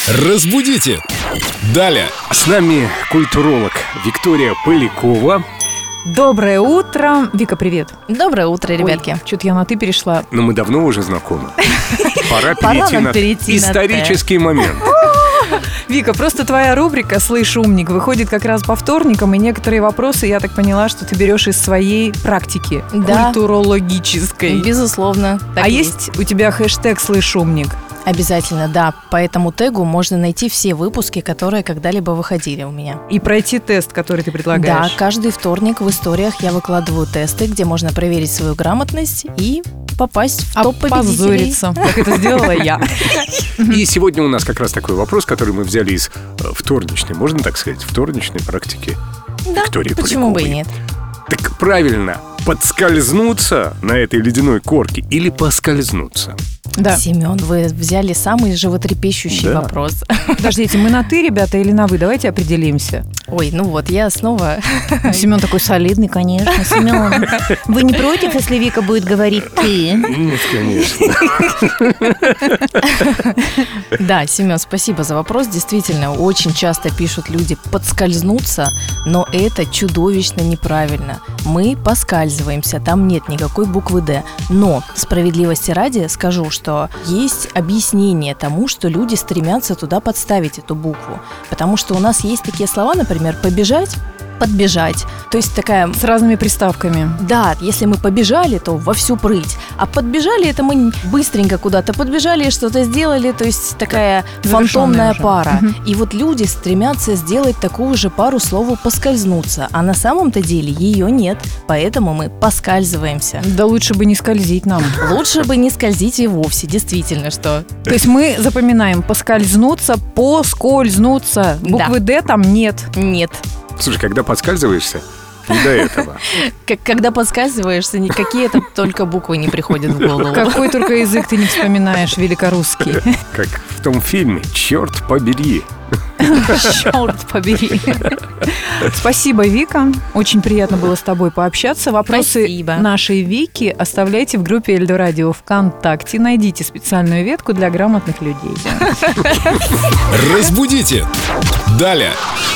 Разбудите! Далее! С нами культуролог Виктория Полякова. Доброе утро. Вика, привет. Доброе утро, ребятки. Что-то я на «ты» перешла. Но мы давно уже знакомы. Пора перейти на исторический момент. Вика, просто твоя рубрика «Слышь, умник» выходит как раз по вторникам, и некоторые вопросы, я так поняла, что ты берешь из своей практики культурологической. Безусловно. А есть у тебя хэштег «Слышь, умник»? Обязательно, да. По этому тегу можно найти все выпуски, которые когда-либо выходили у меня. И пройти тест, который ты предлагаешь. Да, каждый вторник в историях я выкладываю тесты, где можно проверить свою грамотность и попасть в топ победителей. Опозориться, как это сделала я. И сегодня у нас как раз такой вопрос, который мы взяли из вторничной, можно так сказать, вторничной практики Виктории Поляковой. Почему бы и нет? Так правильно, подскользнуться на этой ледяной корке или поскользнуться? Да. Семен, вы взяли самый животрепещущий вопрос. Подождите, мы на «ты», ребята, или на «вы»? Давайте определимся. Ой, ну вот, я снова... Семен такой солидный, конечно. Семен, вы не против, если Вика будет говорить «ты»? Нет, конечно. Да, Семен, спасибо за вопрос. Действительно, очень часто пишут люди «подскользнуться», но это чудовищно неправильно. Мы поскальзываемся, там нет никакой буквы «Д». Но, справедливости ради, скажу, что есть объяснение тому, что люди стремятся туда подставить эту букву. Потому что у нас есть такие слова, например, «побежать», «подбежать». То есть такая... С разными приставками. Да, если мы побежали, то во всю прыть. А подбежали, это мы быстренько куда-то подбежали, что-то сделали. То есть такая фантомная пара. И вот люди стремятся сделать такую же пару слову «поскользнуться». А на самом-то деле ее нет. Поэтому мы поскальзываемся. Да лучше бы не скользить нам. Лучше бы не скользить и вовсе, действительно, что... То есть мы запоминаем «поскользнуться», «поскользнуться». Буквы «Д» там нет. Нет. Слушай, когда подскальзываешься, не до этого. Когда подскальзываешься, никакие только буквы не приходят в голову. Какой только язык ты не вспоминаешь, великорусский. Как в том фильме «Черт побери». Черт побери. Спасибо, Вика. Очень приятно было с тобой пообщаться. Вопросы нашей Вики оставляйте в группе Эльдорадио ВКонтакте. Найдите специальную ветку для грамотных людей. Разбудите! Далее!